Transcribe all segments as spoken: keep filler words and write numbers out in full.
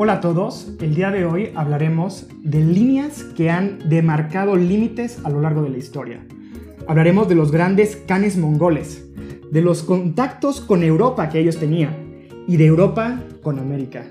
Hola a todos, el día de hoy hablaremos de líneas que han demarcado límites a lo largo de la historia. Hablaremos de los grandes khanes mongoles, de los contactos con Europa que ellos tenían y de Europa con América.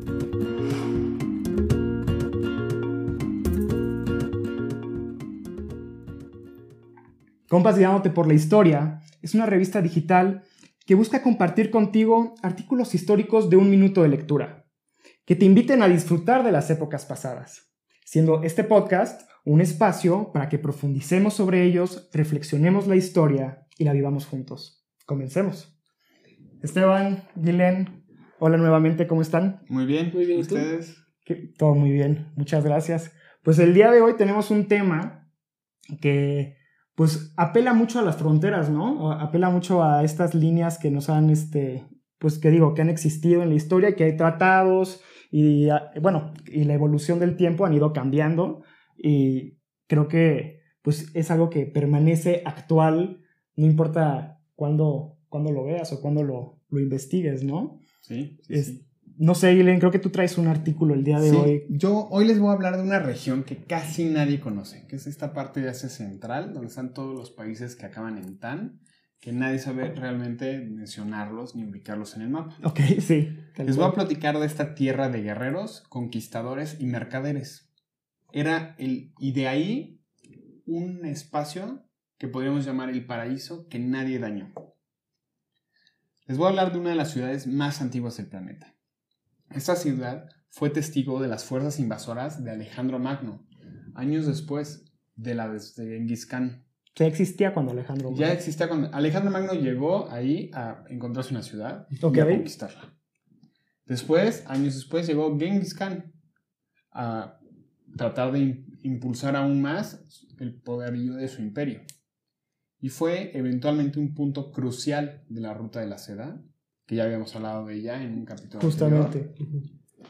Compas Guiándote por la Historia es una revista digital que busca compartir contigo artículos históricos de un minuto de lectura, que te inviten a disfrutar de las épocas pasadas, siendo este podcast un espacio para que profundicemos sobre ellos, reflexionemos la historia y la vivamos juntos. Comencemos. Esteban, Guilén, hola nuevamente, ¿cómo están? Muy bien, muy bien. ¿Ustedes? ¿Qué? Todo muy bien, muchas gracias. Pues el día de hoy tenemos un tema que pues apela mucho a las fronteras, ¿no? Apela mucho a estas líneas que nos han, este, pues que digo, que han existido en la historia, que hay tratados y, bueno, y la evolución del tiempo han ido cambiando y creo que pues es algo que permanece actual, no importa cuándo, cuándo lo veas o cuándo lo, lo investigues, ¿no? Sí, sí, es, sí. No sé, Guilén, creo que tú traes un artículo el día de sí, hoy. Yo hoy les voy a hablar de una región que casi nadie conoce, que es esta parte de Asia Central, donde están todos los países que acaban en tan, que nadie sabe realmente mencionarlos ni ubicarlos en el mapa. Ok, sí. Les voy a platicar de esta tierra de guerreros, conquistadores y mercaderes. Era el, y de ahí un espacio que podríamos llamar el paraíso que nadie dañó. Les voy a hablar de una de las ciudades más antiguas del planeta. Esta ciudad fue testigo de las fuerzas invasoras de Alejandro Magno, años después de la de Genghis Khan. Ya existía cuando Alejandro Magno. Ya existía cuando Alejandro Magno llegó ahí a encontrarse una ciudad okay. y a conquistarla. Después, años después, llegó Genghis Khan a tratar de impulsar aún más el poderío de su imperio. Y fue eventualmente un punto crucial de la ruta de la seda, que ya habíamos hablado de ella en un capítulo Justamente. anterior.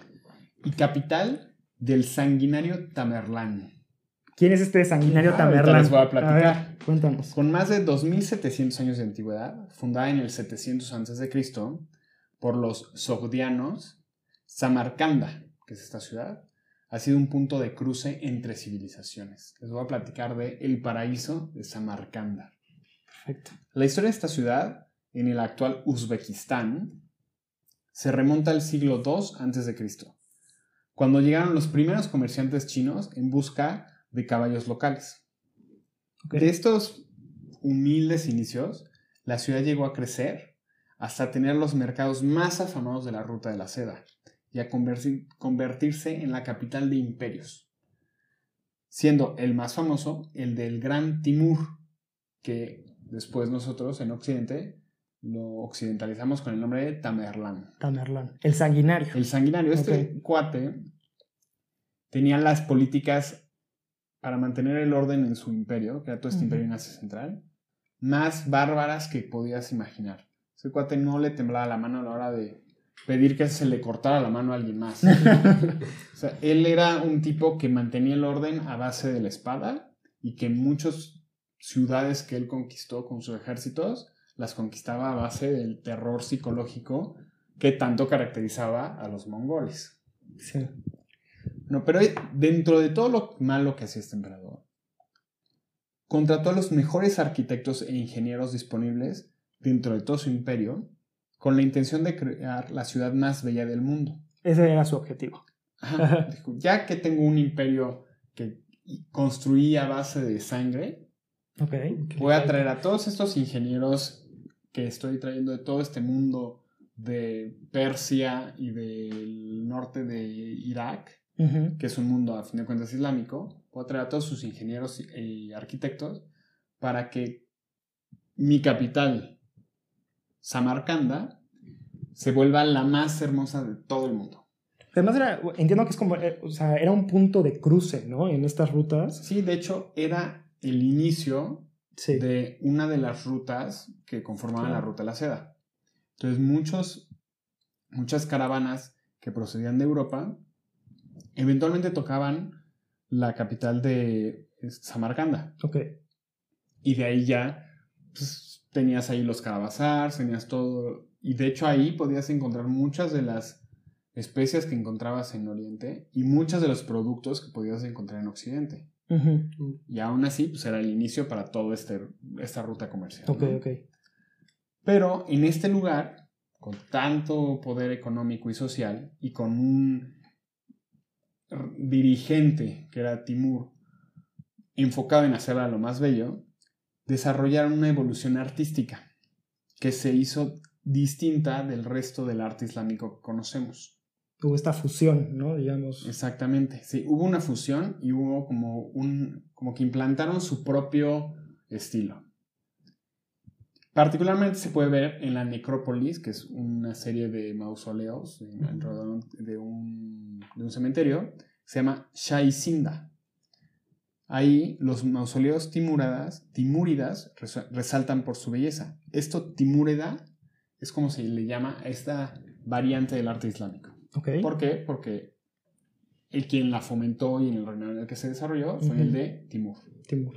Y capital del sanguinario Tamerlán. ¿Quién es este sanguinario ah, Tamerlán? Les voy a platicar. A ver, cuéntanos. Con más de dos mil setecientos años de antigüedad, fundada en el setecientos antes de Cristo por los sogdianos, Samarcanda, que es esta ciudad, ha sido un punto de cruce entre civilizaciones. Les voy a platicar de el paraíso de Samarcanda. Perfecto. La historia de esta ciudad, en el actual Uzbekistán, se remonta al siglo dos antes de Cristo, cuando llegaron los primeros comerciantes chinos en busca de caballos locales. Okay. De estos humildes inicios, la ciudad llegó a crecer hasta tener los mercados más afamados de la ruta de la seda y a convertir, convertirse en la capital de imperios, siendo el más famoso el del Gran Timur, que después nosotros en Occidente lo occidentalizamos con el nombre de Tamerlán. Tamerlán, el sanguinario. El sanguinario. Este okay. cuate tenía las políticas para mantener el orden en su imperio, que era todo este uh-huh. imperio en Asia Central, más bárbaras que podías imaginar. Ese cuate no le temblaba la mano a la hora de pedir que se le cortara la mano a alguien más. O sea, él era un tipo que mantenía el orden a base de la espada y que muchas ciudades que él conquistó con sus ejércitos las conquistaba a base del terror psicológico que tanto caracterizaba a los mongoles. Sí. No, pero dentro de todo lo malo que hacía este emperador, contrató a los mejores arquitectos e ingenieros disponibles dentro de todo su imperio con la intención de crear la ciudad más bella del mundo. Ese era su objetivo. Ajá. Dijo, ya que tengo un imperio que construí a base de sangre, okay. voy a traer a todos estos ingenieros que estoy trayendo de todo este mundo de Persia y del norte de Irak, uh-huh. que es un mundo a fin de cuentas islámico. Voy a traer a todos sus ingenieros y arquitectos para que mi capital, Samarcanda, se vuelva la más hermosa de todo el mundo. Además, era, entiendo que es como, eh, o sea, era un punto de cruce, ¿no? En estas rutas. Sí, de hecho, era el inicio sí. de una de las rutas que conformaban claro. la ruta de la seda. Entonces, muchos, muchas caravanas que procedían de Europa eventualmente tocaban la capital de Samarcanda. Ok. Y de ahí ya pues, tenías ahí los caravasars, tenías todo. Y de hecho ahí podías encontrar muchas de las especias que encontrabas en Oriente y muchos de los productos que podías encontrar en Occidente. Uh-huh. Y aún así, pues era el inicio para toda este, esta ruta comercial. Ok, ¿no? ok. Pero en este lugar, con tanto poder económico y social, y con un dirigente que era Timur, enfocado en hacerla lo más bello, desarrollaron una evolución artística que se hizo distinta del resto del arte islámico que conocemos. Hubo esta fusión, ¿no? Digamos. Exactamente, sí, hubo una fusión y hubo como un, como que implantaron su propio estilo. Particularmente se puede ver en la necrópolis, que es una serie de mausoleos alrededor de un, de un cementerio, se llama Shaisinda. Ahí los mausoleos timúridas, timúridas resaltan por su belleza. Esto timúrida es como se le llama a esta variante del arte islámico. Okay. ¿Por qué? Porque el quien la fomentó y en el reinado en el que se desarrolló fue uh-huh. el de Timur. Timur.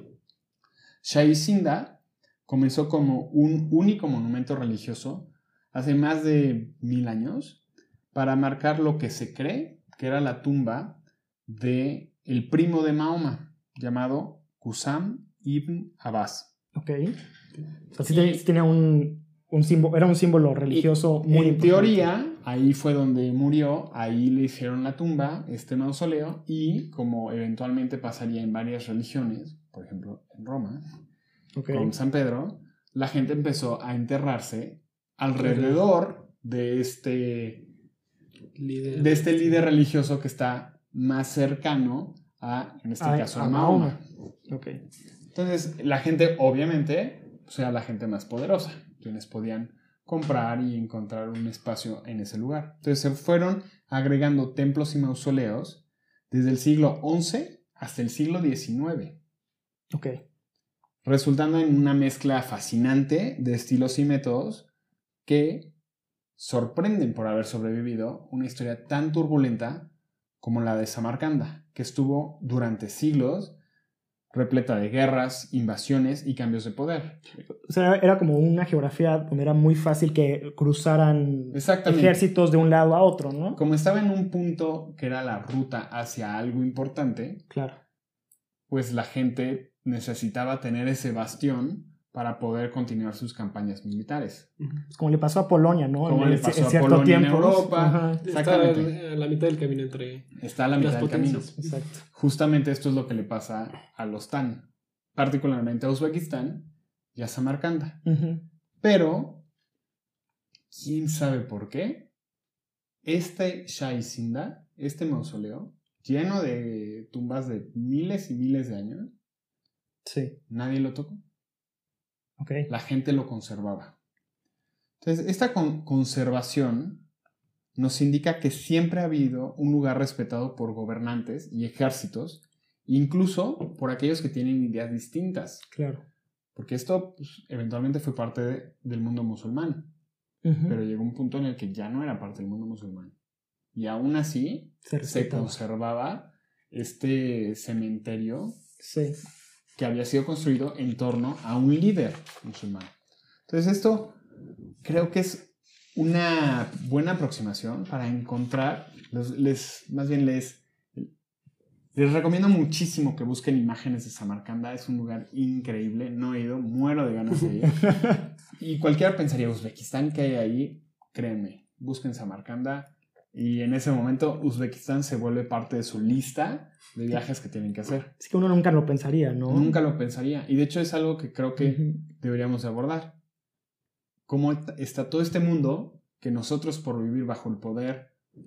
Shaisinda comenzó como un único monumento religioso hace más de mil años para marcar lo que se cree que era la tumba de el primo de Mahoma, llamado Qusam ibn Abbas. Ok. O sea, sí, sí tenía un, un símbolo, era un símbolo religioso muy en importante. teoría, ahí fue donde murió, ahí le hicieron la tumba, este mausoleo, y como eventualmente pasaría en varias religiones, por ejemplo en Roma, okay. con San Pedro, la gente empezó a enterrarse alrededor de este líder, de este líder religioso que está más cercano a, en este a, caso, a, a Mahoma. Mahoma. Okay. Entonces, la gente, obviamente, pues era la gente más poderosa, quienes podían comprar y encontrar un espacio en ese lugar. Entonces, se fueron agregando templos y mausoleos desde el siglo once hasta el siglo diecinueve. Ok. Resultando en una mezcla fascinante de estilos y métodos que sorprenden por haber sobrevivido una historia tan turbulenta como la de Samarcanda, que estuvo durante siglos repleta de guerras, invasiones y cambios de poder. O sea, era como una geografía donde era muy fácil que cruzaran ejércitos de un lado a otro, ¿no? Como estaba en un punto que era la ruta hacia algo importante, claro. Pues la gente necesitaba tener ese bastión para poder continuar sus campañas militares. Como le pasó a Polonia, ¿no? Como en le pasó en a Polonia tiempos. en Europa. Ajá. Exactamente. Está a la mitad del camino entre Está a la mitad las del potencias. camino. Exacto. Justamente esto es lo que le pasa a los Tan, particularmente a Uzbekistán y a Samarcanda. Uh-huh. Pero, ¿quién sabe por qué? Este Shaisinda, este mausoleo, lleno de tumbas de miles y miles de años, sí. nadie lo tocó. Okay. La gente lo conservaba. Entonces, esta con- conservación nos indica que siempre ha habido un lugar respetado por gobernantes y ejércitos, incluso por aquellos que tienen ideas distintas. Claro. Porque esto pues, eventualmente fue parte de, del mundo musulmán, uh-huh. pero llegó un punto en el que ya no era parte del mundo musulmán. Y aún así se, se conservaba este cementerio sí. que había sido construido en torno a un líder musulmán. Entonces esto creo que es una buena aproximación para encontrar, les, les, más bien les, les recomiendo muchísimo que busquen imágenes de Samarcanda, es un lugar increíble, no he ido, muero de ganas de ir. Y cualquiera pensaría, Uzbekistán, ¿qué hay ahí? Créanme, busquen Samarcanda y en ese momento Uzbekistán se vuelve parte de su lista de viajes que tienen que hacer. Es que uno nunca lo pensaría, ¿no? Nunca lo pensaría. Y de hecho es algo que creo que uh-huh. deberíamos de abordar. Cómo está todo este mundo que nosotros por vivir bajo el poder,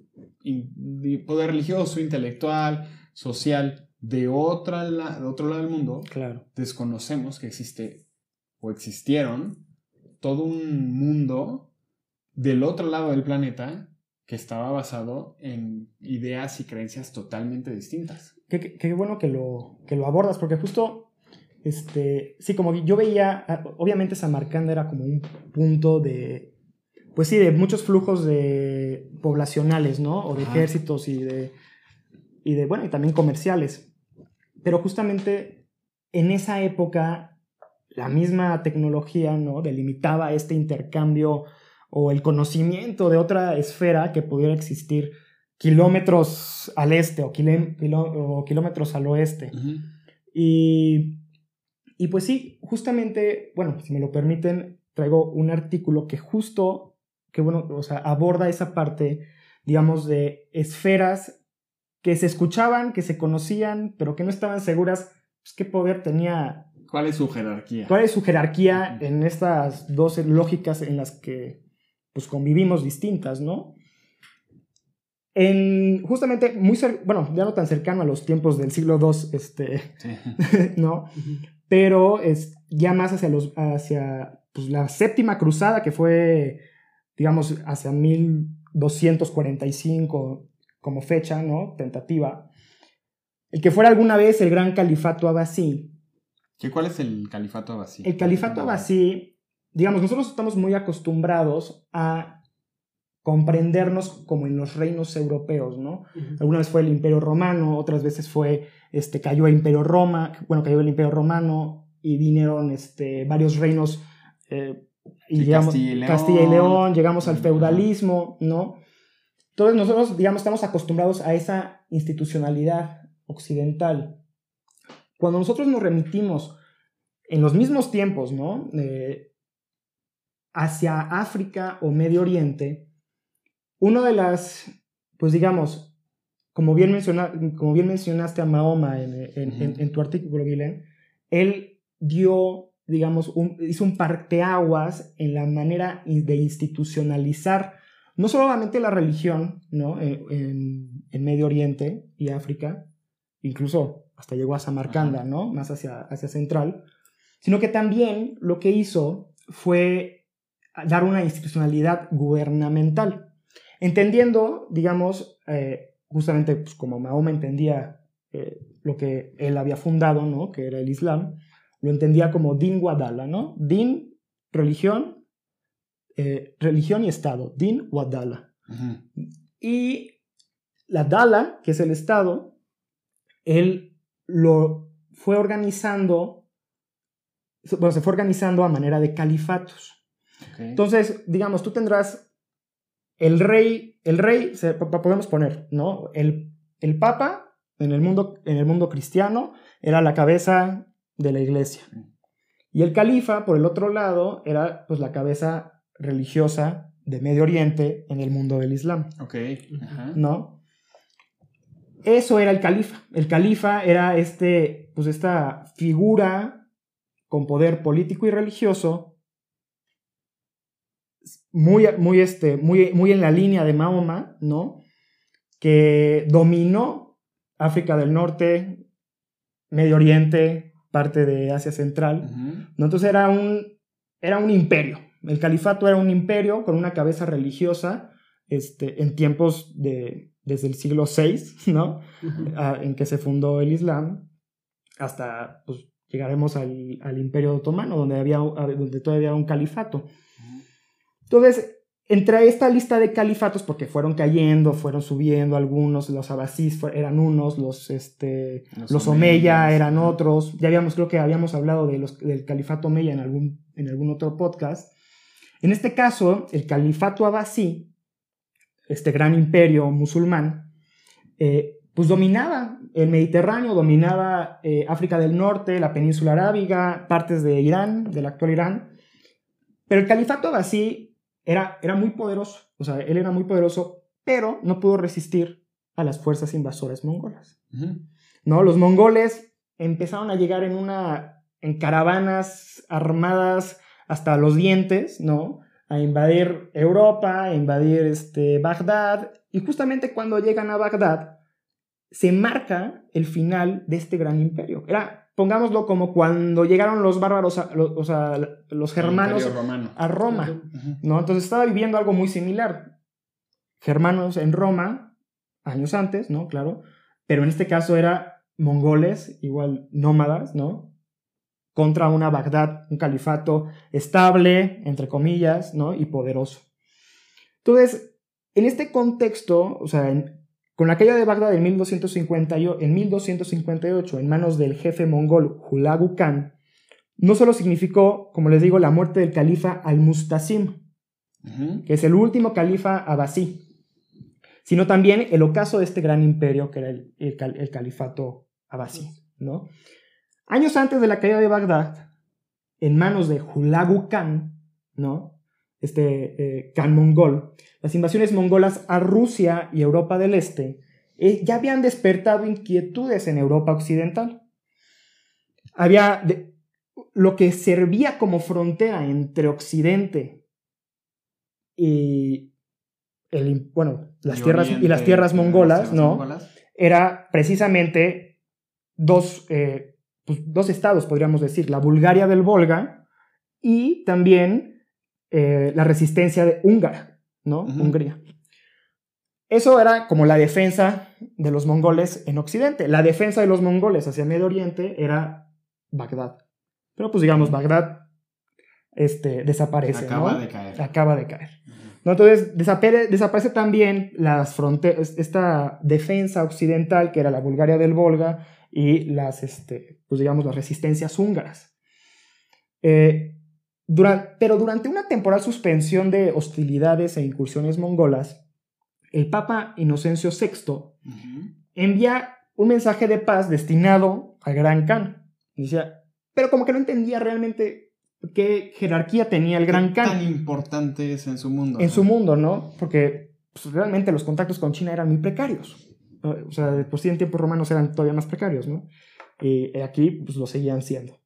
poder religioso, intelectual, social, de, otra, de otro lado del mundo, claro. desconocemos que existe o existieron todo un mundo del otro lado del planeta que estaba basado en ideas y creencias totalmente distintas. Qué, qué, qué bueno que lo, que lo abordas, porque justo, este, sí, como yo veía, obviamente Samarcanda era como un punto de, pues sí, de muchos flujos de poblacionales, ¿no? O de Ajá. ejércitos y de, y de, bueno, y también comerciales. Pero justamente en esa época, la misma tecnología, ¿no? Delimitaba este intercambio o el conocimiento de otra esfera que pudiera existir kilómetros al este o, kilé, kiló, o kilómetros al oeste. Uh-huh. Y, y pues sí, justamente, bueno, si me lo permiten, traigo un artículo que justo, que bueno, o sea, aborda esa parte, digamos, de esferas que se escuchaban, que se conocían, pero que no estaban seguras, pues, qué poder tenía. ¿Cuál es su jerarquía? ¿Cuál es su jerarquía uh-huh. en estas dos lógicas en las que pues convivimos distintas, ¿no? En, justamente, muy cer- bueno, ya no tan cercano a los tiempos del siglo segundo, este, sí. ¿no? Uh-huh. Pero es ya más hacia, los, hacia pues, la séptima cruzada, que fue, digamos, hacia mil doscientos cuarenta y cinco como fecha, ¿no? Tentativa. El que fuera alguna vez el gran califato abasí. ¿Qué, ¿Cuál es el califato abasí? El califato abasí, digamos, nosotros estamos muy acostumbrados a comprendernos como en los reinos europeos, ¿no? Uh-huh. Alguna vez fue el Imperio Romano, otras veces fue, este, cayó el Imperio Roma, bueno, cayó el Imperio Romano y vinieron, este, varios reinos, eh, y sí, llegamos, Castilla y León, Castilla y León llegamos al feudalismo, ¿no? Entonces nosotros, digamos, estamos acostumbrados a esa institucionalidad occidental. Cuando nosotros nos remitimos en los mismos tiempos, ¿no? Eh, hacia África o Medio Oriente, uno de las, pues digamos, como bien, menciona, como bien mencionaste a Mahoma en, en, uh-huh. en, en tu artículo, Guilén, él dio, digamos, un, hizo un parteaguas en la manera de institucionalizar no solamente la religión, ¿no? en, en, en Medio Oriente y África, incluso hasta llegó a Samarcanda, uh-huh. ¿no? Más hacia, hacia Central, sino que también lo que hizo fue dar una institucionalidad gubernamental, entendiendo, digamos, eh, justamente pues, como Mahoma entendía eh, lo que él había fundado, ¿no? Que era el Islam, lo entendía como din wa dala, ¿no? Din, religión, eh, religión y Estado, din wa dala. Uh-huh. Y la dala, que es el Estado, él lo fue organizando, bueno, se fue organizando a manera de califatos. Okay. Entonces, digamos, tú tendrás el rey, el rey, se, podemos poner, ¿no? El, el papa en el, mundo, en el mundo cristiano era la cabeza de la iglesia. Y el califa, por el otro lado, era pues la cabeza religiosa de Medio Oriente en el mundo del Islam. Ok. Uh-huh. ¿No? Eso era el califa. El califa era este, pues esta figura con poder político y religioso muy, muy, este, muy, muy en la línea de Mahoma, ¿no? Que dominó África del Norte, Medio Oriente, parte de Asia Central, uh-huh. ¿no? Entonces era un, era un imperio. El califato era un imperio con una cabeza religiosa este, en tiempos de, desde el siglo seis, ¿no? Uh-huh. Ah, en que se fundó el Islam, hasta pues, llegaremos al, al Imperio Otomano, donde, había, donde todavía había un califato. Entonces, entre esta lista de califatos, porque fueron cayendo, fueron subiendo algunos, los abasís eran unos, los, este, los, los Omeya eran otros, ya habíamos, creo que habíamos hablado de los, del califato Omeya en algún, en algún otro podcast. En este caso, el califato abasí, este gran imperio musulmán, eh, pues dominaba el Mediterráneo, dominaba eh, África del Norte, la península arábiga, partes de Irán, del actual Irán, pero el califato abasí Era, era muy poderoso, o sea, él era muy poderoso, pero no pudo resistir a las fuerzas invasoras mongolas. Uh-huh. ¿No? Los mongoles empezaron a llegar en, una, en caravanas armadas hasta los dientes, ¿no? A invadir Europa, a invadir este, Bagdad, y justamente cuando llegan a Bagdad, se marca el final de este gran imperio. Era, pongámoslo como cuando llegaron los bárbaros, a, los, o sea, los germanos a Roma, uh-huh. ¿no? Entonces estaba viviendo algo muy similar. Germanos en Roma, años antes, ¿no? Claro, pero en este caso era mongoles, igual nómadas, ¿no? Contra una Bagdad, un califato estable, entre comillas, ¿no? Y poderoso. Entonces, en este contexto, o sea, en, con la caída de Bagdad en mil doscientos cincuenta y ocho en manos del jefe mongol Hulagu Khan, no solo significó, como les digo, la muerte del califa al-Mustasim, uh-huh. que es el último califa abasí, sino también el ocaso de este gran imperio que era el, el, el califato abasí, ¿no? Años antes de la caída de Bagdad, en manos de Hulagu Khan, ¿no? este eh, Khan mongol, las invasiones mongolas a Rusia y Europa del Este eh, ya habían despertado inquietudes en Europa occidental. Había de, lo que servía como frontera entre Occidente y el, bueno, las y tierras Oriente, y las tierras mongolas, las tierras ¿no? mongolas. Era precisamente dos, eh, pues, dos estados, podríamos decir, la Bulgaria del Volga y también eh, la resistencia de húngara, ¿no? Uh-huh. Hungría. Eso era como la defensa de los mongoles en Occidente. La defensa de los mongoles hacia Medio Oriente era Bagdad. Pero pues digamos, Bagdad este, desaparece, Acaba ¿no? de caer. Acaba de caer. ¿No? Entonces desapare- desaparece también las fronteras, esta defensa occidental que era la Bulgaria del Volga y las, este, pues digamos, las resistencias húngaras. Eh, dura- pero durante una temporal suspensión de hostilidades e incursiones mongolas, el Papa Inocencio sexto uh-huh. envía un mensaje de paz destinado al Gran Khan. Decía, pero como que no entendía realmente qué jerarquía tenía el Gran Khan. Tan importante es en su mundo. En ¿no? su mundo, ¿no? Porque pues, realmente los contactos con China eran muy precarios. O sea, de por sí en tiempos romanos eran todavía más precarios, ¿no? Y aquí pues lo seguían siendo.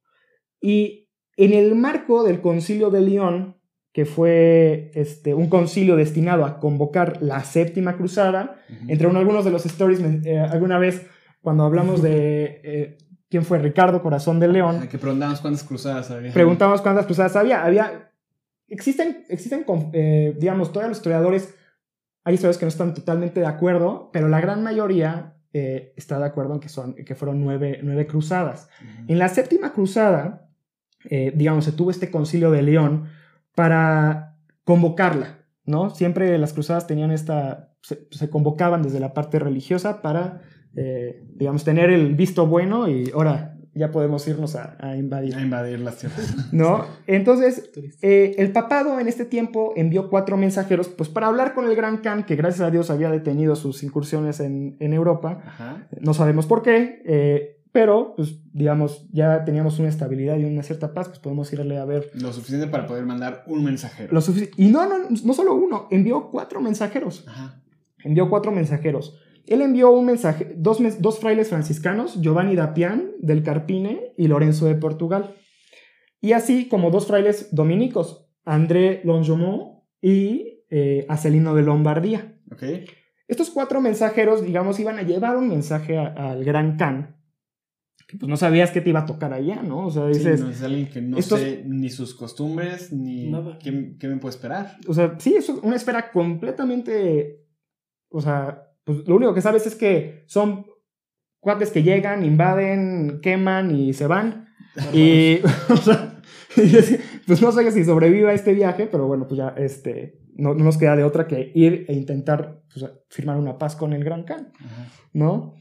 Y en el marco del Concilio de León, que fue este, un concilio destinado a convocar la Séptima Cruzada, uh-huh. entre uno, algunos de los stories, eh, alguna vez cuando hablamos de... Eh, ¿quién fue? Ricardo Corazón de León. Ah, que preguntábamos cuántas cruzadas había. Preguntábamos cuántas cruzadas había. Había existen, existen eh, digamos, todos los historiadores, hay historiadores que no están totalmente de acuerdo, pero la gran mayoría eh, está de acuerdo en que, son, que fueron nueve, nueve cruzadas. Uh-huh. En la Séptima Cruzada, eh, digamos, se tuvo este concilio de León para convocarla, ¿no? Siempre las cruzadas tenían esta... Se, se convocaban desde la parte religiosa para... Eh, digamos, tener el visto bueno y ahora ya podemos irnos a, a invadir. A invadir las tierras. ¿No? Entonces, eh, el papado en este tiempo envió cuatro mensajeros pues, para hablar con el Gran Khan, que gracias a Dios había detenido sus incursiones en, en Europa. Ajá. No sabemos por qué, eh, pero, pues, digamos, ya teníamos una estabilidad y una cierta paz, pues podemos irle a ver. Lo suficiente para poder mandar un mensajero. Lo sufic- y no, no, no solo uno, envió cuatro mensajeros. Ajá. Envió cuatro mensajeros. Él envió un mensaje, dos, dos frailes franciscanos, Giovanni d'Appian del Carpine y Lorenzo de Portugal. Y así como dos frailes dominicos, André Longomont y eh, Acelino de Lombardía. Okay. Estos cuatro mensajeros, digamos, iban a llevar un mensaje a, al Gran Khan, que pues no sabías qué te iba a tocar allá, ¿no? O sea, dices... Sí, no es alguien que no estos, sé ni sus costumbres, ni qué, qué me puede esperar. O sea, sí, es una esfera completamente... O sea... Pues lo único que sabes es que son cuates que llegan, invaden, queman y se van. Y, o sea, pues no sé si sobreviva a este viaje, pero bueno, pues ya este, no, no nos queda de otra que ir e intentar pues, firmar una paz con el Gran Khan, ¿no?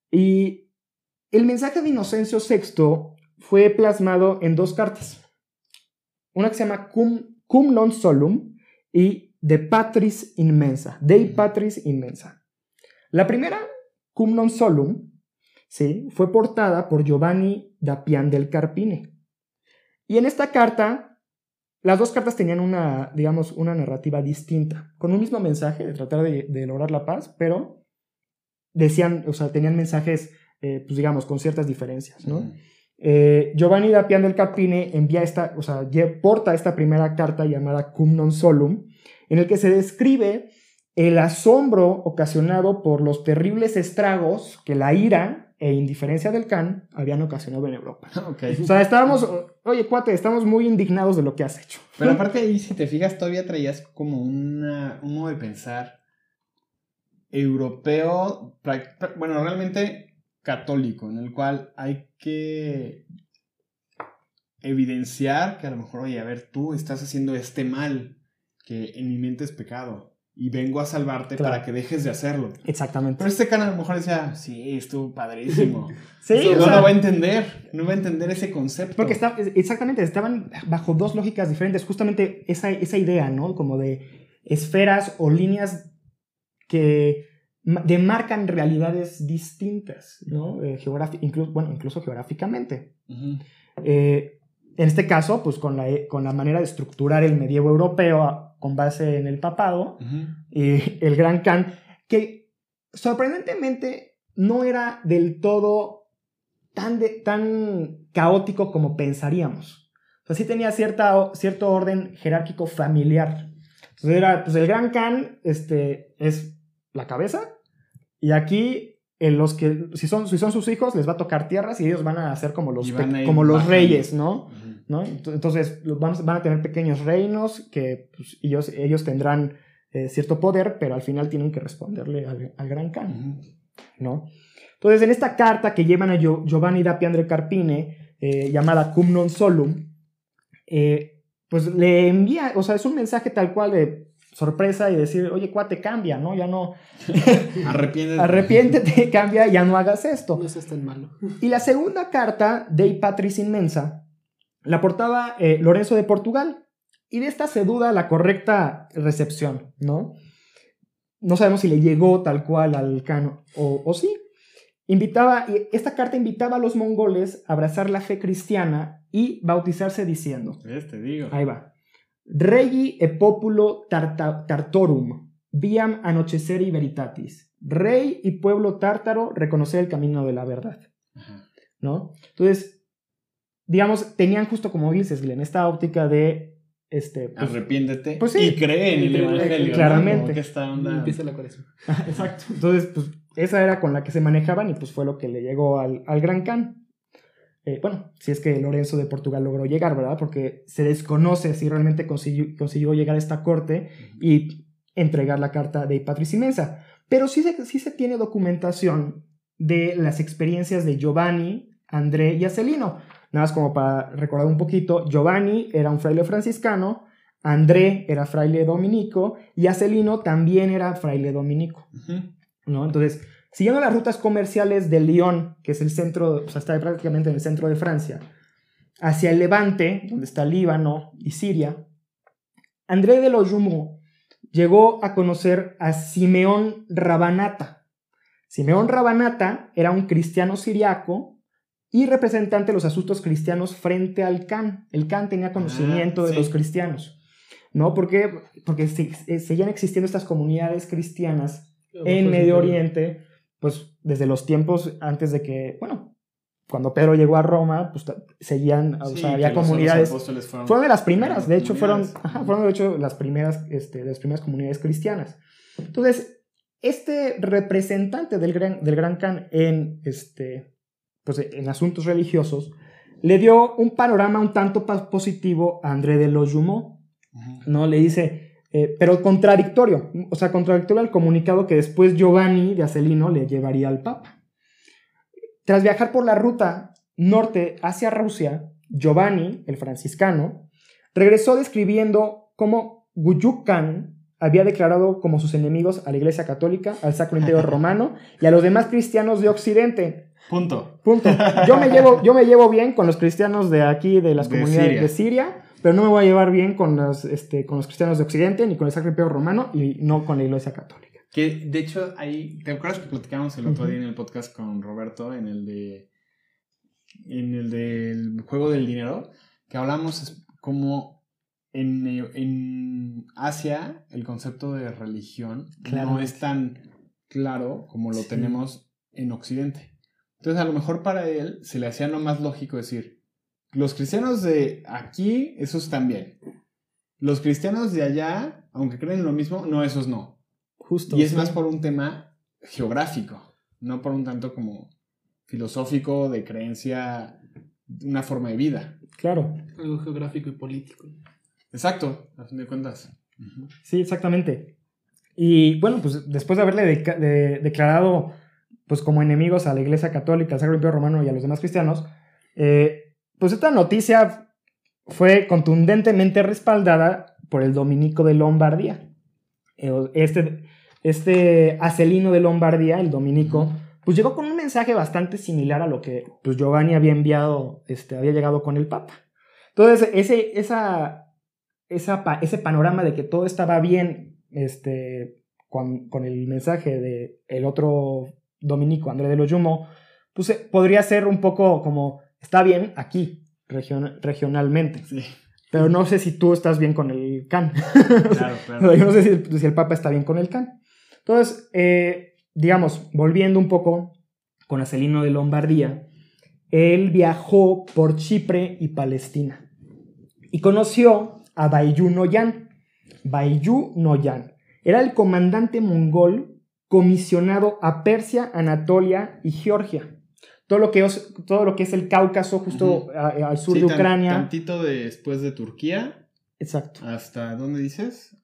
Y el mensaje de Inocencio sexto fue plasmado en dos cartas. Una que se llama Cum, Cum non solum y De Patris Inmensa, Dei Patris Inmensa. La primera, Cum non solum, ¿sí? fue portada por Giovanni d'Appian del Carpine. Y en esta carta, las dos cartas tenían una, digamos, una narrativa distinta, con un mismo mensaje de tratar de, de lograr la paz, pero decían, o sea, tenían mensajes, eh, pues digamos, con ciertas diferencias, ¿no? Mm. Eh, Giovanni d'Appian del Carpine envía esta, o sea, porta esta primera carta llamada Cum non solum, en el que se describe el asombro ocasionado por los terribles estragos que la ira e indiferencia del Khan habían ocasionado en Europa. Okay. O sea, estábamos, oye, cuate, estamos muy indignados de lo que has hecho. Pero aparte ahí, si te fijas, todavía traías como una, un modo de pensar europeo, bueno, realmente católico, en el cual hay que evidenciar que a lo mejor, oye, a ver, tú estás haciendo este mal, que en mi mente es pecado. y vengo a salvarte claro. para que dejes de hacerlo. Exactamente. Pero este Khan a lo mejor decía, sí, estuvo padrísimo. sí, o sea, no va a entender, no va a entender ese concepto. Porque está, exactamente, estaban bajo dos lógicas diferentes, justamente esa, esa idea, ¿no? Como de esferas o líneas que demarcan realidades distintas, ¿no? Eh, geografi- incluso, bueno, incluso geográficamente. Uh-huh. Eh, en este caso, pues con la, con la manera de estructurar el medievo europeo con base en el papado, uh-huh. y el Gran Khan, que sorprendentemente no era del todo tan, de, tan caótico como pensaríamos. O sea, sí tenía cierta, cierto orden jerárquico familiar. Entonces era, pues el Gran Khan este, es la cabeza, y aquí en los que, si son, si son sus hijos, les va a tocar tierras y ellos van a ser como los, pe- como los reyes, ¿no? Uh-huh. ¿no? Entonces van, van a tener pequeños reinos que pues, ellos, ellos tendrán eh, cierto poder, pero al final tienen que responderle al, al Gran Khan, uh-huh. ¿no? Entonces en esta carta que llevan a Gio- Giovanni da Piandre Carpine, eh, llamada Cum non solum, eh, pues le envía, o sea, es un mensaje tal cual de sorpresa y decir, oye, cuate, cambia, ¿no? Ya no... Arrepiéntete. Arrepiéntete, cambia, ya no hagas esto. No seas tan malo. Y la segunda carta, Dei Patris Inmensa, la portaba eh, Lorenzo de Portugal. Y de esta se duda la correcta recepción, ¿no? No sabemos si le llegó tal cual al Khan o, o sí. Invitaba, esta carta invitaba a los mongoles a abrazar la fe cristiana y bautizarse diciendo... Este digo. Ahí va. Regi e populo tarta, tartorum, viam anocheceri veritatis. Rey y pueblo tártaro reconocer el camino de la verdad. Ajá. ¿No? Entonces, digamos, tenían justo como dices, Glenn, esta óptica de... Este, pues, arrepiéntete pues, sí, y cree en el evangelio. Claramente. ¿No? Que esta onda... Y empieza la cuaresma. Exacto. Entonces, pues, esa era con la que se manejaban y pues fue lo que le llegó al, al Gran Khan. Eh, bueno, si es que Lorenzo de Portugal logró llegar, ¿verdad? Porque se desconoce si realmente consiguió, consiguió llegar a esta corte y entregar la carta de Patris Inmensa. Pero sí se, sí se tiene documentación de las experiencias de Giovanni, André y Acelino. Nada más como para recordar un poquito, Giovanni era un fraile franciscano, André era fraile dominico y Acelino también era fraile dominico. Uh-huh. ¿No? Entonces... Siguiendo las rutas comerciales de Lyon, que es el centro, o sea, está prácticamente en el centro de Francia, hacia el Levante, donde está Líbano y Siria, André de Lojumont llegó a conocer a Simeón Rabanata. Simeón Rabanata era un cristiano siriaco y representante de los asuntos cristianos frente al Khan. El Khan tenía conocimiento ah, sí. de los cristianos, ¿no? ¿Por qué? Porque se, seguían existiendo estas comunidades cristianas en Medio Oriente, pues desde los tiempos antes de que, bueno, cuando Pedro llegó a Roma, pues seguían, sí, o sea, había comunidades. Fueron, fueron de las primeras, de hecho, fueron, ajá, fueron de hecho las primeras, este, de las primeras comunidades cristianas. Entonces, este representante del gran, del Gran Khan en, este, pues, en asuntos religiosos, le dio un panorama un tanto positivo a André de Lojumont, uh-huh. ¿no? Le dice... Eh, pero contradictorio, o sea, contradictorio al comunicado que después Giovanni de Acelino le llevaría al Papa. Tras viajar por la ruta norte hacia Rusia, Giovanni, el franciscano, regresó describiendo cómo Guyuk Khan había declarado como sus enemigos a la Iglesia Católica, al Sacro Imperio Romano y a los demás cristianos de Occidente. Punto. Punto. Yo me llevo, yo me llevo bien con los cristianos de aquí, de las de comunidades Siria. de Siria, pero no me voy a llevar bien con los, este, con los cristianos de Occidente, ni con el Sacro Imperio Romano, y no con la Iglesia Católica. Que, de hecho, ahí, ¿te acuerdas que platicamos el otro uh-huh. día en el podcast con Roberto, en el de en el del juego del dinero? Que hablamos como en, en Asia el concepto de religión claro. no es tan claro como lo sí. tenemos en Occidente. Entonces, a lo mejor para él se le hacía lo más lógico decir, los cristianos de aquí, esos también. Los cristianos de allá, aunque creen lo mismo, no, esos no. Justo. Y es sí. más por un tema geográfico, no por un tanto como filosófico, de creencia, una forma de vida. Claro. Algo geográfico y político. Exacto, a fin de cuentas. Uh-huh. Sí, exactamente. Y bueno, pues después de haberle de- de- declarado pues como enemigos a la Iglesia Católica, al Sacro Imperio Romano y a los demás cristianos, eh, pues esta noticia fue contundentemente respaldada por el dominico de Lombardía. este, este Acelino de Lombardía, el dominico, pues llegó con un mensaje bastante similar a lo que pues, Giovanni había enviado, este, había llegado con el Papa. Entonces, ese, esa, esa, ese panorama de que todo estaba bien este, con, con el mensaje de el otro dominico, André de Lojumeau, pues podría ser un poco como, está bien aquí, region, regionalmente. Sí. Pero no sé si tú estás bien con el can. Claro, claro. Yo no sé si, si el Papa está bien con el can. Entonces, eh, digamos, volviendo un poco con Acelino de Lombardía, él viajó por Chipre y Palestina y conoció a Bayezid Noyan. Bayezid Noyan era el comandante mongol comisionado a Persia, Anatolia y Georgia. Todo lo que es, todo lo que es el Cáucaso, justo uh-huh. a, a, al sur sí, de tan, Ucrania. Tantito de, después de Turquía. Exacto. ¿Hasta dónde dices?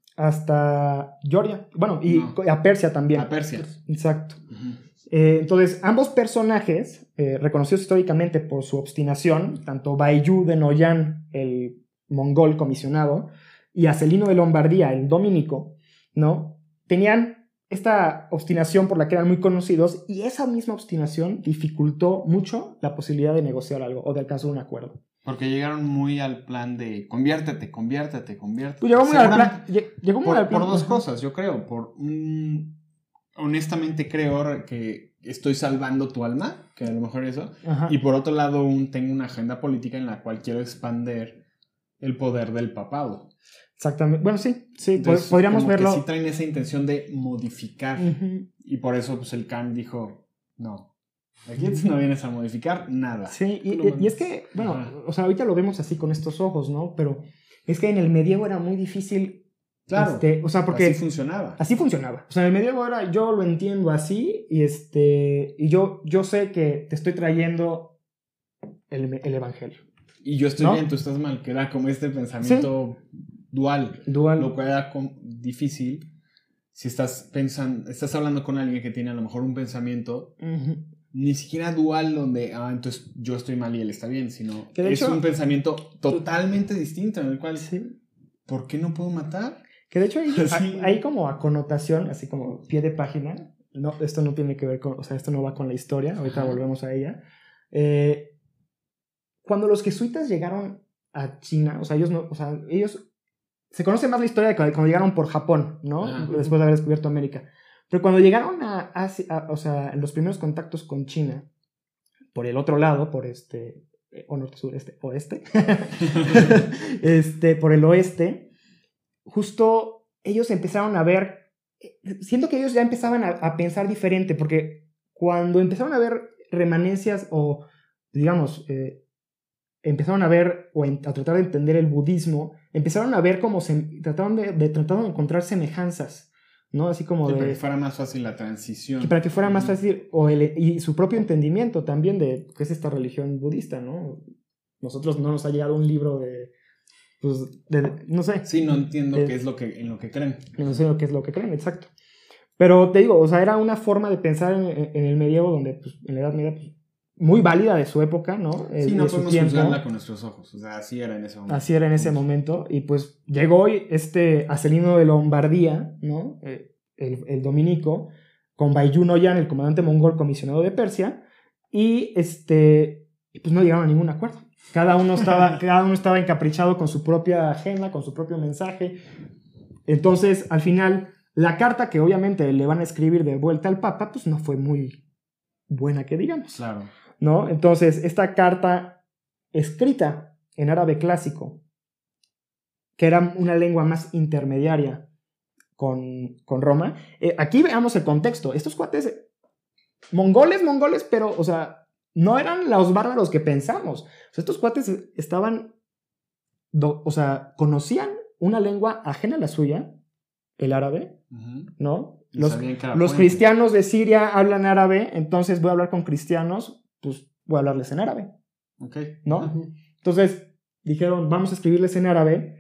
Hasta Georgia. Bueno, y no. a Persia también. A Persia. Exacto. Uh-huh. Eh, entonces, ambos personajes, eh, reconocidos históricamente por su obstinación, tanto Bayezid de Noyan, el mongol comisionado, y Acelino de Lombardía, el dominico, ¿no? Tenían esta obstinación por la que eran muy conocidos, y esa misma obstinación dificultó mucho la posibilidad de negociar algo o de alcanzar un acuerdo. Porque llegaron muy al plan de conviértete, conviértete, conviértete. Pues llegó muy al plan. Llegó muy por, al plan. Por dos cosas, yo creo. Por un... Honestamente creo que estoy salvando tu alma, que a lo mejor eso. Ajá. Y por otro lado, un, tengo una agenda política en la cual quiero expander el poder del papado. Exactamente. Bueno, sí, sí, Entonces, podríamos como verlo. Que sí traen esa intención de modificar. Uh-huh. Y por eso pues, el Khan dijo, no, aquí no vienes a modificar nada. Sí, y, y, y es que, bueno, Ajá. o sea, ahorita lo vemos así con estos ojos, ¿no? Pero es que en el medievo era muy difícil. Claro, este, o sea, porque así funcionaba. Así funcionaba. O sea, en el medievo era, yo lo entiendo así, y este y yo, yo sé que te estoy trayendo el, el evangelio. Y yo estoy ¿no? bien, tú estás mal, que era como este pensamiento sí. dual, dual, lo cual era difícil si estás pensando, estás hablando con alguien que tiene a lo mejor un pensamiento uh-huh. ni siquiera dual donde, ah, entonces yo estoy mal y él está bien, sino que es hecho, un pensamiento totalmente tú, distinto en el cual, sí. ¿por qué no puedo matar? Que de hecho hay, sí. hay, hay como a connotación, así como pie de página, no, esto no tiene que ver con, o sea, esto no va con la historia, ahorita uh-huh. volvemos a ella. Eh, cuando los jesuitas llegaron a China, o sea, ellos no, o sea, ellos se conoce más la historia de cuando llegaron por Japón, ¿no? Uh-huh. Después de haber descubierto América. Pero cuando llegaron a Asia, a, o sea, en los primeros contactos con China, por el otro lado, por este, o norte, sur, este, oeste, este, por el oeste, justo ellos empezaron a ver, siento que ellos ya empezaban a, a pensar diferente, porque cuando empezaron a ver remanencias o, digamos, eh, empezaron a ver o en, a tratar de entender el budismo, empezaron a ver cómo se trataron de, de, trataron de encontrar semejanzas, ¿no? Así como sí, de... para que fuera más fácil la transición. Que para que fuera más fácil, o el, y su propio entendimiento también de qué es esta religión budista, ¿no? Nosotros no nos ha llegado un libro de... Pues, de, no sé. Sí, no entiendo de, qué es lo que, en lo que creen. No sé qué es lo que creen, exacto. Pero te digo, o sea, era una forma de pensar en, en el medievo donde, pues, en la Edad Media, pues, muy válida de su época, ¿no? Sí, no podemos juzgarla con nuestros ojos, o sea, así era en ese momento. Así era en ese momento, y pues llegó este Acelino de Lombardía, ¿no? El, el dominico, con Bayezid Noyan, el comandante mongol comisionado de Persia, y este, pues no llegaron a ningún acuerdo. Cada uno estaba, cada uno estaba encaprichado con su propia agenda, con su propio mensaje. Entonces, al final, la carta que obviamente le van a escribir de vuelta al Papa, pues no fue muy buena, que digamos. Claro. ¿No? Entonces, esta carta escrita en árabe clásico, que era una lengua más intermediaria con, con Roma, eh, aquí veamos el contexto. Estos cuates, mongoles, mongoles, pero, o sea, no eran los bárbaros que pensamos. O sea, estos cuates estaban, do, o sea, conocían una lengua ajena a la suya, el árabe, uh-huh. ¿no? Los, los cristianos de Siria hablan árabe, entonces voy a hablar con cristianos, pues voy a hablarles en árabe. Ok. ¿No? Uh-huh. Entonces dijeron, vamos a escribirles en árabe.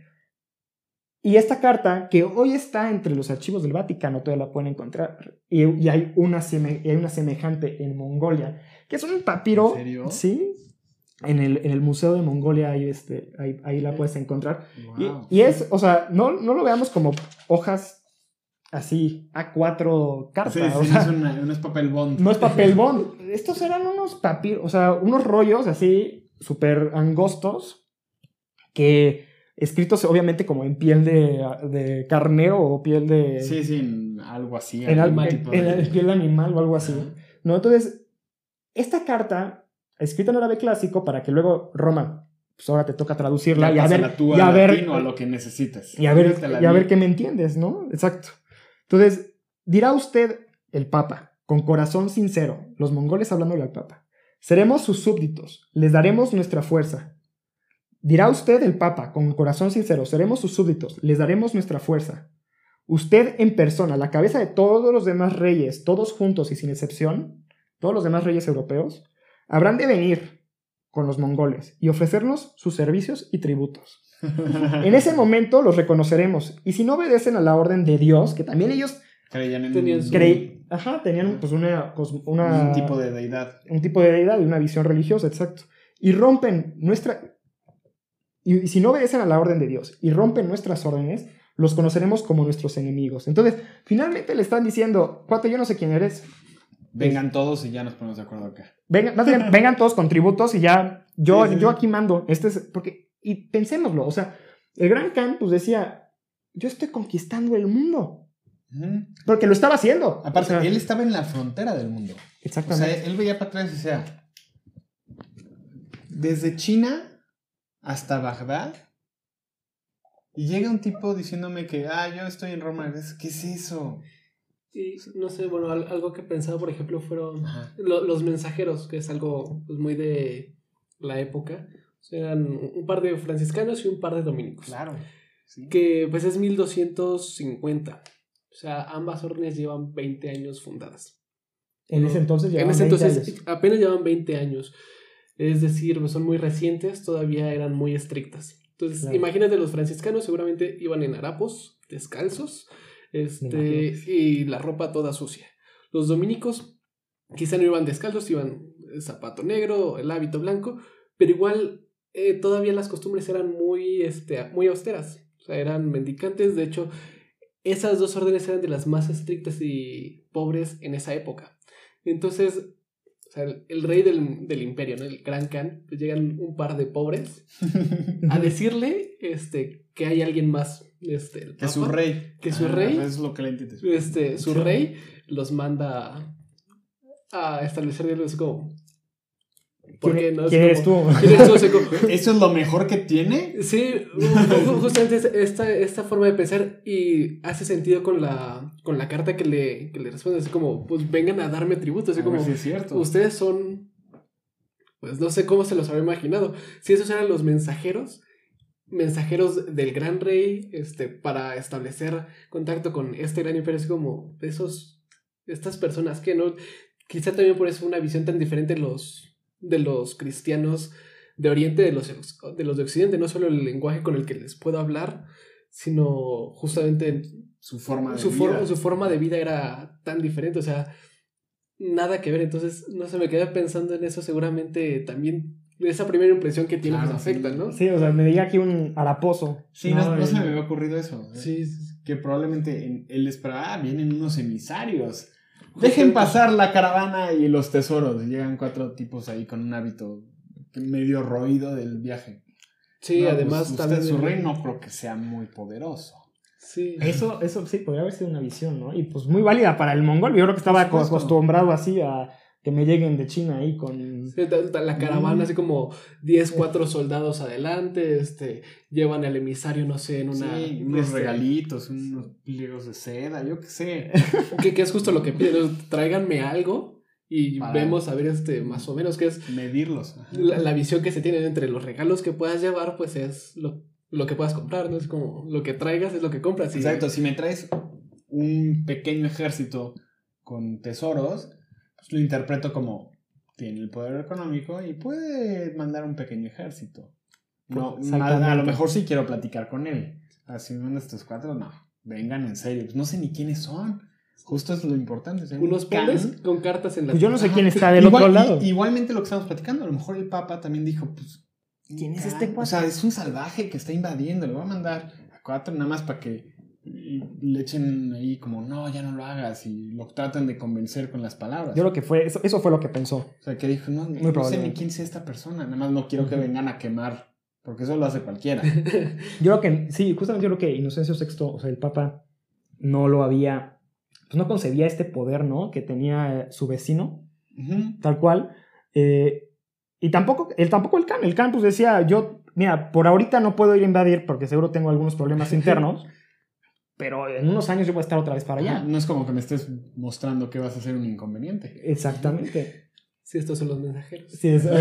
Y esta carta, que hoy está entre los archivos del Vaticano, todavía la pueden encontrar. Y, y, hay, una seme, y hay una semejante en Mongolia, que es un papiro. ¿En serio? Sí. En el, en el Museo de Mongolia, ahí, este, ahí, ahí la puedes encontrar. Wow. Y, y es, o sea, no, no lo veamos como hojas así A cuatro cartas. Sí, o sí, sea, es una- no es papel bond. no es papel bond. Estos eran unos papiros, o sea, unos rollos así súper angostos que escritos obviamente como en piel de, de carnero o piel de... Sí, sí, en algo así. en, algún al- tipo en- de- en piel de animal o algo así. Ajá. ¿No? Entonces, esta carta, escrita en árabe clásico, para que luego Roma, pues ahora te toca traducirla Ya y a ver, pásala tú y a al ver, latino, a lo que necesites. y a ver, Escríbetela y a ver bien. qué me entiendes, ¿no? Exacto. Entonces, dirá usted, el Papa, con corazón sincero, los mongoles hablándole al Papa, seremos sus súbditos, les daremos nuestra fuerza. Dirá usted, el Papa, con corazón sincero, seremos sus súbditos, les daremos nuestra fuerza. Usted en persona, la cabeza de todos los demás reyes, todos juntos y sin excepción, todos los demás reyes europeos, habrán de venir con los mongoles y ofrecernos sus servicios y tributos. En ese momento los reconoceremos, y si no obedecen a la orden de Dios, que también ellos Creían en Tenían un, su- creí, ajá, tenían pues una, pues, una- un tipo de deidad. un tipo de deidad y una visión religiosa, exacto, y rompen nuestra, y, y si no obedecen a la orden de Dios y rompen nuestras órdenes, los conoceremos como nuestros enemigos. Entonces, finalmente le están diciendo, cuate, yo no sé quién eres, Vengan todos y ya nos ponemos de acuerdo acá. vengan, más bien, vengan todos con tributos y ya, yo, Sí, sí, yo sí. aquí mando, este es, porque, y pensémoslo, o sea, el Gran Khan pues decía, yo estoy conquistando el mundo, Ujú. porque lo estaba haciendo. Aparte, O sea, él estaba en la frontera del mundo. O exactamente. sea, él veía para atrás y decía, desde China hasta Bagdad, y llega un tipo diciéndome que, ah, yo estoy en Roma. ¿Qué es eso? Y no sé, bueno, al- algo que pensaba, por ejemplo, fueron Ajá. lo- los mensajeros, que es algo pues, muy de la época. O sea, eran un par de franciscanos y un par de dominicos. Claro. Sí. Que pues es mil doscientos cincuenta. O sea, ambas órdenes llevan veinte años fundadas. En ese entonces En llevaban ese veinte entonces años. apenas llevan veinte años. Es decir, pues, son muy recientes, todavía eran muy estrictas. Entonces, Claro. imagínate, los franciscanos seguramente iban en harapos, descalzos, este, imaginas. y la ropa toda sucia. Los dominicos quizá no iban descalzos, iban el zapato negro, el hábito blanco, pero igual eh, todavía las costumbres eran muy, este, muy austeras. O sea, eran mendicantes. De hecho, esas dos órdenes eran de las más estrictas y pobres en esa época. Entonces, o sea, el, el rey del, del imperio, ¿no? El Gran Khan, pues llegan un par de pobres a decirle este, que hay alguien más. Este, el Que su Papa, rey. que su Ah, rey- Es lo que le entiendes. Este, su rey los manda a establecer diálogos como... ¿Por qué ¿Quién, no? Es quién eres como- tú? ¿Quién eres tú? O sea, como- ¿Eso es lo mejor que tiene? Sí, ju- justamente es- esta, esta forma de pensar, y hace sentido con la, con la carta que le, que le responde, así como, pues vengan a darme tributo, así A como, ver si es cierto. ustedes son, pues no sé cómo se los había imaginado, si esos eran los mensajeros, mensajeros del gran rey, este, para establecer contacto con este gran imperio, así como, esos, estas personas que no, quizá también por eso una visión tan diferente de los, de los cristianos de Oriente, de los, de los de Occidente, no solo el lenguaje con el que les puedo hablar, sino justamente Su forma de su, vida. for- su forma de vida era tan diferente, o sea, nada que ver. Entonces, no sé, me quedé pensando en eso, seguramente también esa primera impresión que tiene Claro, pues afecta, sí. ¿no? Sí, o sea, me diga aquí un haraposo. Sí, no, no Y- se me había ocurrido eso. Sí, sí, sí. Que probablemente en- él esperaba, ah, vienen unos emisarios. Dejen pasar la caravana y los tesoros. Llegan cuatro tipos ahí con un hábito medio roído del viaje. Sí, No, además pues, también... usted, su rey no creo que sea muy poderoso. Sí. Eso, eso sí, podría haber sido una visión, ¿no? Y pues muy válida para el mongol. Yo creo que estaba Por supuesto. acostumbrado así a que me lleguen de China ahí con... Sí, ta- ta- la caravana, Mm. así como diez, cuatro soldados adelante, este, llevan al emisario, no sé, en una... Sí, unos este, regalitos, unos pliegos de seda, yo qué sé. Que, que es justo lo que piden, ¿no? Tráiganme algo y Para- vemos a ver este, más o menos qué es Medirlos. Ajá. la, la visión que se tiene entre los regalos que puedas llevar, pues es lo, lo que puedas comprar, ¿no? Es como lo que traigas es lo que compras. Y, Exacto, si me traes un pequeño ejército con tesoros, pues lo interpreto como tiene el poder económico y puede mandar un pequeño ejército. No, Exactamente. a, a lo mejor sí quiero platicar con él. Así me mandas estos cuatro, no, vengan en serio, pues no sé ni quiénes son. Justo es lo importante. O sea, unos un can- pobres con cartas en la... Pues yo no sé Ajá. quién está del Igual- otro lado. i- igualmente lo que estamos platicando, a lo mejor el Papa también dijo, pues... ¿Quién es can- este O cuate? sea, es un salvaje que está invadiendo, le voy a mandar a cuatro nada más para que y le echen ahí como, no, ya no lo hagas, y lo tratan de convencer con las palabras. Yo creo que fue, eso, eso fue lo que pensó. O sea, que dijo, no, Muy no sé ni quién sea esta persona, nada más no quiero uh-huh. que vengan a quemar, porque eso lo hace cualquiera. Yo creo que, sí, justamente yo creo que Inocencio sexto, o sea, el Papa no lo había, pues no concebía este poder, ¿no? Que tenía su vecino, uh-huh. tal cual, eh, y tampoco, él tampoco el Can, el Can pues decía, yo, mira, por ahorita no puedo ir a invadir porque seguro tengo algunos problemas internos, pero en unos años yo voy a estar otra vez para allá. Ajá, no es como que me estés mostrando que vas a ser un inconveniente. Exactamente. Sí, estos son los mensajeros. Sí, es,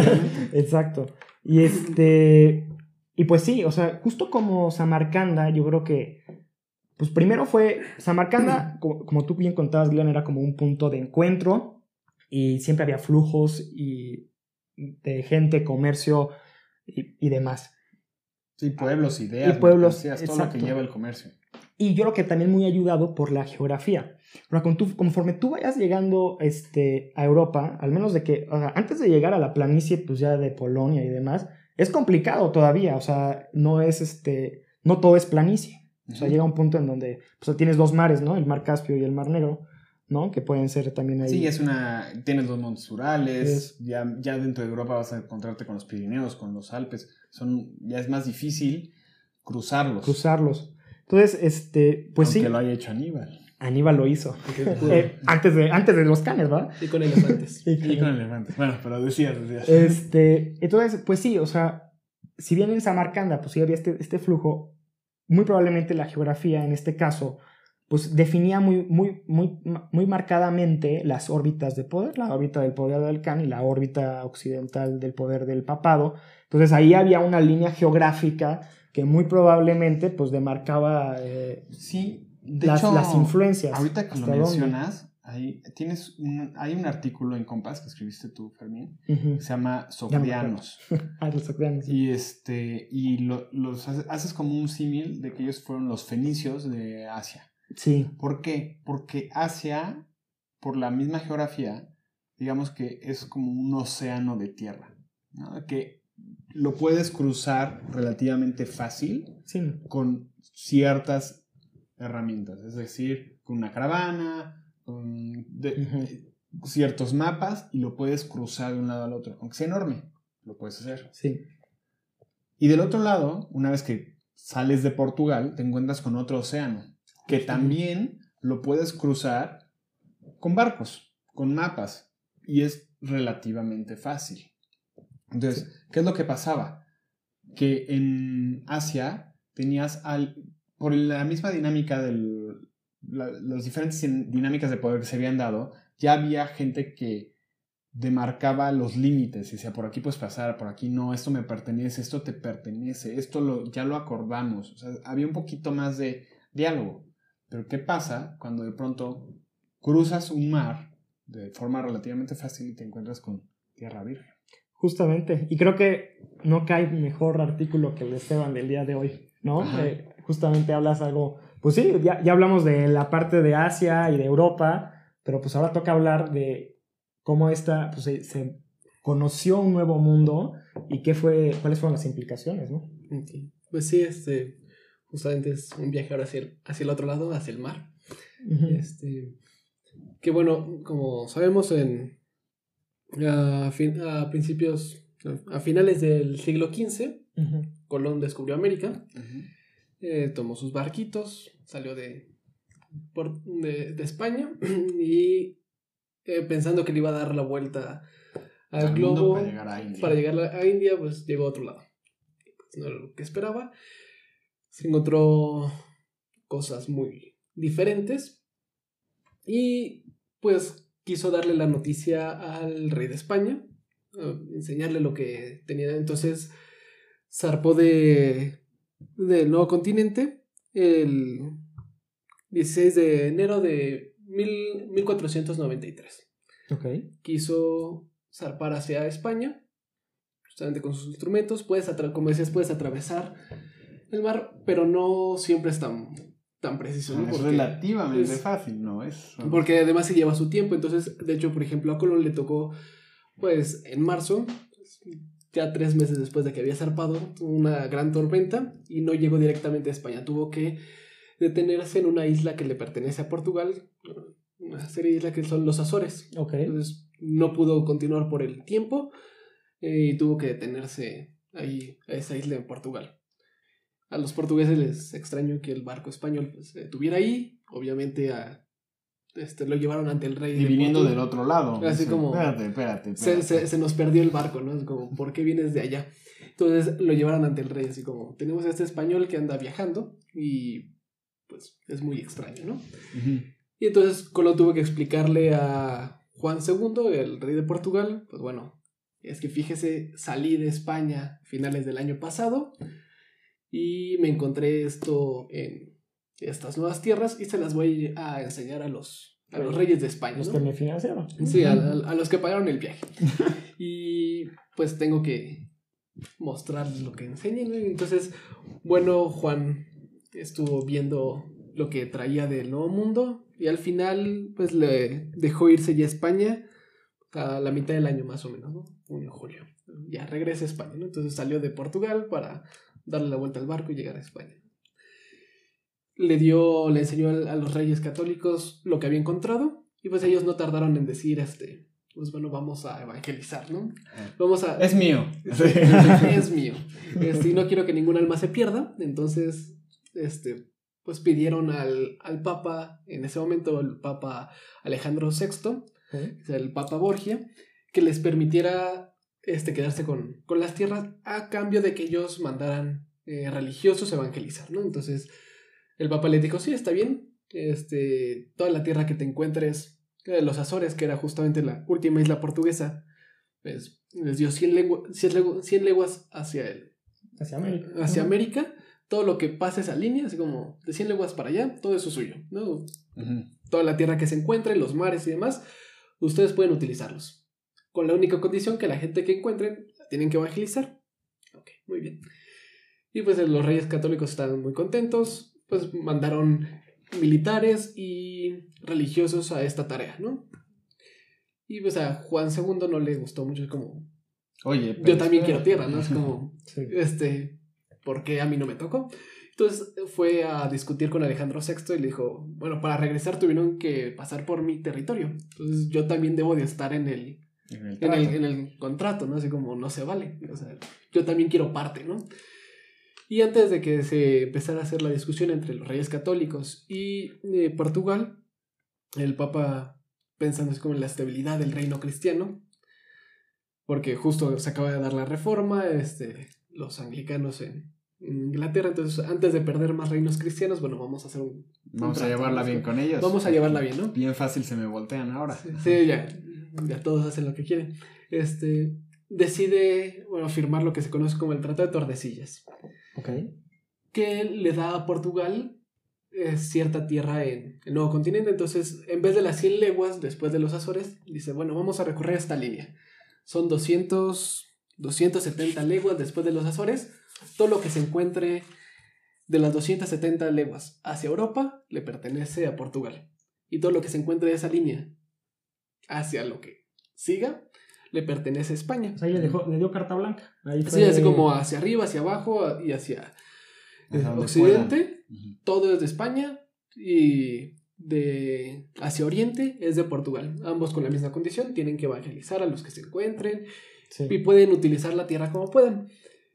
exacto. Y este, y pues sí, o sea, justo como Samarcanda, yo creo que, pues primero fue, Samarcanda, como, como tú bien contabas, Glenn, era como un punto de encuentro y siempre había flujos y de gente, comercio y, y demás. Sí, pueblos, ideas, y pueblos, todo exacto. lo que lleva el comercio. Y yo creo que también muy ayudado por la geografía. Pero conforme tú vayas llegando este, a Europa, al menos de que, o sea, antes de llegar a la planicie, pues ya de Polonia y demás, es complicado todavía, o sea, no es este, no todo es planicie. O sea, uh-huh. llega un punto en donde, pues tienes dos mares, ¿no? El mar Caspio y el mar Negro, ¿no? Que pueden ser también ahí. Sí, es una, tienes los montes Urales, es... ya, ya dentro de Europa vas a encontrarte con los Pirineos, con los Alpes, son, ya es más difícil cruzarlos. Cruzarlos. Entonces, este, pues Aunque sí. Aunque lo haya hecho Aníbal. Aníbal lo hizo. eh, antes, de, antes de los canes, ¿verdad? Y con elefantes. y, con... y con elefantes. Bueno, pero decías, decías. Este, entonces, pues sí, o sea, si bien en Samarcanda, pues sí había este, este flujo, muy probablemente la geografía, en este caso, pues definía muy, muy, muy, muy marcadamente las órbitas de poder, la órbita del poder del Can y la órbita occidental del poder del papado. Entonces ahí había una línea geográfica que muy probablemente pues demarcaba eh, sí, de las, hecho, las influencias. Ahorita que lo mencionas, ahí tienes un, hay un artículo en Compass que escribiste tú, Fermín, uh-huh. que se llama Sogdianos. ah, los Sogdianos. Y, este, y lo, los haces, haces como un símil de que ellos fueron los fenicios de Asia. Sí. ¿Por qué? Porque Asia, por la misma geografía, digamos que es como un océano de tierra, ¿no? Que lo puedes cruzar relativamente fácil sí. con ciertas herramientas, es decir, con una caravana, con de, uh-huh. ciertos mapas, y lo puedes cruzar de un lado al otro, aunque sea enorme, lo puedes hacer. Sí. Y del otro lado, una vez que sales de Portugal, te encuentras con otro océano, que también lo puedes cruzar con barcos, con mapas, y es relativamente fácil. Entonces, sí. ¿qué es lo que pasaba? Que en Asia tenías, al, por la misma dinámica de la, las diferentes dinámicas de poder que se habían dado, ya había gente que demarcaba los límites, y decía, por aquí puedes pasar, por aquí no, esto me pertenece, esto te pertenece, esto lo, ya lo acordamos. O sea, había un poquito más de diálogo. Pero ¿qué pasa cuando de pronto cruzas un mar de forma relativamente fácil y te encuentras con tierra virgen? Justamente, y creo que no cae mejor artículo que el de Esteban del día de hoy, ¿no? Eh, justamente hablas algo, pues sí, ya, ya hablamos de la parte de Asia y de Europa, pero pues ahora toca hablar de cómo esta, pues se, se conoció un nuevo mundo y qué fue, cuáles fueron las implicaciones, ¿no? Okay. Pues sí, este... justamente es un viaje ahora hacia el, hacia el otro lado, hacia el mar. Uh-huh. Este, que bueno, como sabemos, en, a, fin, a principios, a finales del siglo quince, uh-huh. Colón descubrió América, uh-huh. eh, tomó sus barquitos, salió de, por, de, de España y eh, pensando que le iba a dar la vuelta al, al globo para llegar a India, para llegar a India, pues llegó a otro lado. Pues no era lo que esperaba. Se encontró cosas muy diferentes y pues quiso darle la noticia al rey de España, uh, enseñarle lo que tenía. Entonces zarpó de del nuevo continente el dieciséis de enero de mil cuatrocientos noventa y tres. Okay. Quiso zarpar hacia España justamente con sus instrumentos. Puedes atra- como decías, puedes atravesar el mar, pero no siempre es tan, tan preciso, ¿no? Es relativamente es, fácil, ¿no? Es... Porque además se lleva su tiempo. Entonces, de hecho, por ejemplo, a Colón le tocó, pues, en marzo, ya tres meses después de que había zarpado, una gran tormenta y no llegó directamente a España. Tuvo que detenerse en una isla que le pertenece a Portugal, una serie de islas que son los Azores. Ok. Entonces no pudo continuar por el tiempo eh, y tuvo que detenerse ahí a esa isla en Portugal. A los portugueses les extrañó que el barco español pues, se detuviera ahí. Obviamente a, este, lo llevaron ante el rey. Y de viniendo Portugal. del otro lado. Así Sí, como... Espérate, espérate, espérate. Se, se, se nos perdió el barco, ¿no? Es como, ¿por qué vienes de allá? Entonces lo llevaron ante el rey, así como, tenemos a este español que anda viajando y pues es muy extraño, ¿no? Uh-huh. Y entonces Colón tuvo que explicarle a Juan segundo, el rey de Portugal, pues bueno, es que fíjese, salí de España a finales del año pasado y me encontré esto en estas nuevas tierras y se las voy a enseñar a los, a los reyes de España, Los ¿no? que me financiaron. Sí, a, a los que pagaron el viaje. Y pues tengo que mostrarles lo que enseñen, ¿no? Entonces, bueno, Juan estuvo viendo lo que traía del Nuevo Mundo y al final pues le dejó irse ya a España a la mitad del año más o menos, ¿no? Junio, julio. Ya regresa a España, ¿no? Entonces salió de Portugal para darle la vuelta al barco y llegar a España. Le dio, le enseñó a los reyes católicos lo que había encontrado y pues ellos no tardaron en decir, este, pues bueno, vamos a evangelizar, ¿no? Vamos a... Es mío. Es mío. Este, y no quiero que ningún alma se pierda, entonces, este, pues pidieron al, al Papa, en ese momento el Papa Alejandro sexto, ¿eh? O sea, el Papa Borgia, que les permitiera este, quedarse con, con las tierras a cambio de que ellos mandaran eh, religiosos a evangelizar, ¿no? Entonces el Papa les dijo, sí, está bien, este, toda la tierra que te encuentres, eh, los Azores, que era justamente la última isla portuguesa, pues les dio cien, legu- cien leguas hacia, el, hacia América. Hacia uh-huh. América. Todo lo que pase esa línea, así como de cien leguas para allá, todo eso es suyo, ¿no? Uh-huh. Toda la tierra que se encuentre, los mares y demás, ustedes pueden utilizarlos. Con la única condición que la gente que encuentren la tienen que evangelizar. Ok, muy bien. Y pues los reyes católicos estaban muy contentos, pues mandaron militares y religiosos a esta tarea, ¿no? Y pues a Juan segundo no le gustó mucho, es como... Oye, yo también quiero tierra, ¿no? Es como... sí. Este... ¿Por qué a mí no me tocó? Entonces fue a discutir con Alejandro sexto y le dijo, bueno, para regresar tuvieron que pasar por mi territorio. Entonces yo también debo de estar en el, en el, en el, en el contrato, ¿no? Así como no se vale. O sea, yo también quiero parte, ¿no? Y antes de que se empezara a hacer la discusión entre los reyes católicos y eh, Portugal, el Papa, pensando así como en la estabilidad del reino cristiano, porque justo se acaba de dar la reforma, este, los anglicanos en en Inglaterra, entonces antes de perder más reinos cristianos, bueno, vamos a hacer un... Vamos un a llevarla bien con ellos. Vamos a llevarla bien, ¿no? Bien fácil se me voltean ahora. Sí, sí, ya, ya todos hacen lo que quieren. Este, decide, bueno, firmar lo que se conoce como el Tratado de Tordesillas. Ok. Que le da a Portugal eh, cierta tierra en el nuevo continente, entonces en vez de las cien leguas después de los Azores, dice, bueno, vamos a recorrer esta línea. Son doscientos, doscientas setenta leguas después de los Azores. Todo lo que se encuentre de las doscientas setenta leguas hacia Europa le pertenece a Portugal. Y todo lo que se encuentre de esa línea hacia lo que siga le pertenece a España. O sea, le, dejó, le dio carta blanca. Ahí fue... Sí, así como hacia arriba, hacia abajo y hacia eh, occidente. Uh-huh. Todo es de España y de hacia oriente es de Portugal. Ambos con la misma condición. Tienen que evangelizar a los que se encuentren. Sí. Y pueden utilizar la tierra como puedan.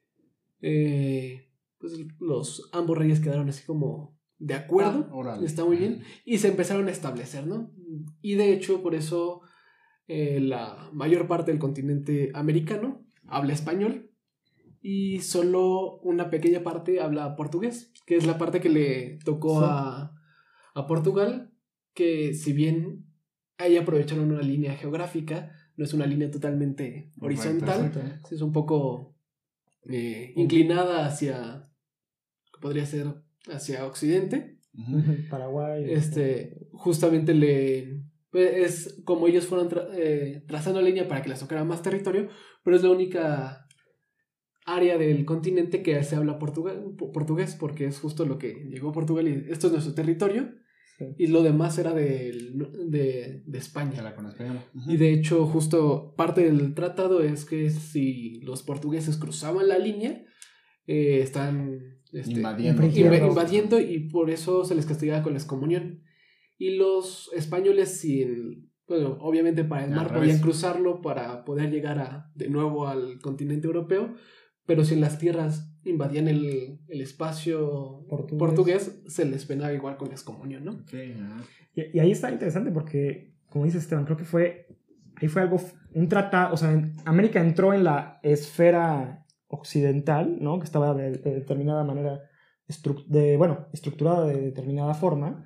Eh, pues los ambos reyes quedaron así como de acuerdo, ah, está muy bien, y se empezaron a establecer, ¿no? Y de hecho por eso eh, la mayor parte del continente americano habla español y solo una pequeña parte habla portugués, que es la parte que le tocó sí. a, a Portugal, que si bien ahí aprovecharon una línea geográfica, no es una línea totalmente horizontal, perfecto. Es un poco Eh, inclinada hacia, podría ser hacia occidente. Uh-huh. Paraguay. Este, justamente le, pues es como ellos fueron tra- eh, trazando línea para que les tocara más territorio, pero es la única área del continente que se habla portugués, portugués porque es justo lo que llegó a Portugal y esto es nuestro territorio. Sí. Y lo demás era de, de, de España. De la con española. Uh-huh. Y de hecho, justo parte del tratado es que si los portugueses cruzaban la línea, eh, están este, invadiendo. inv- invadiendo y por eso se les castigaba con la excomunión. Y los españoles, sin, bueno, obviamente para el Al mar revés. podían cruzarlo para poder llegar a, de nuevo al continente europeo, pero si en las tierras invadían el, el espacio Portugués. portugués, se les penaba igual con la excomunión, ¿no? Okay, ah. Y, y ahí está interesante porque, como dice Esteban, creo que fue, ahí fue algo, un tratado, o sea, en- América entró en la esfera occidental, ¿no? Que estaba de, de determinada manera, estru- de, bueno, estructurada de determinada forma,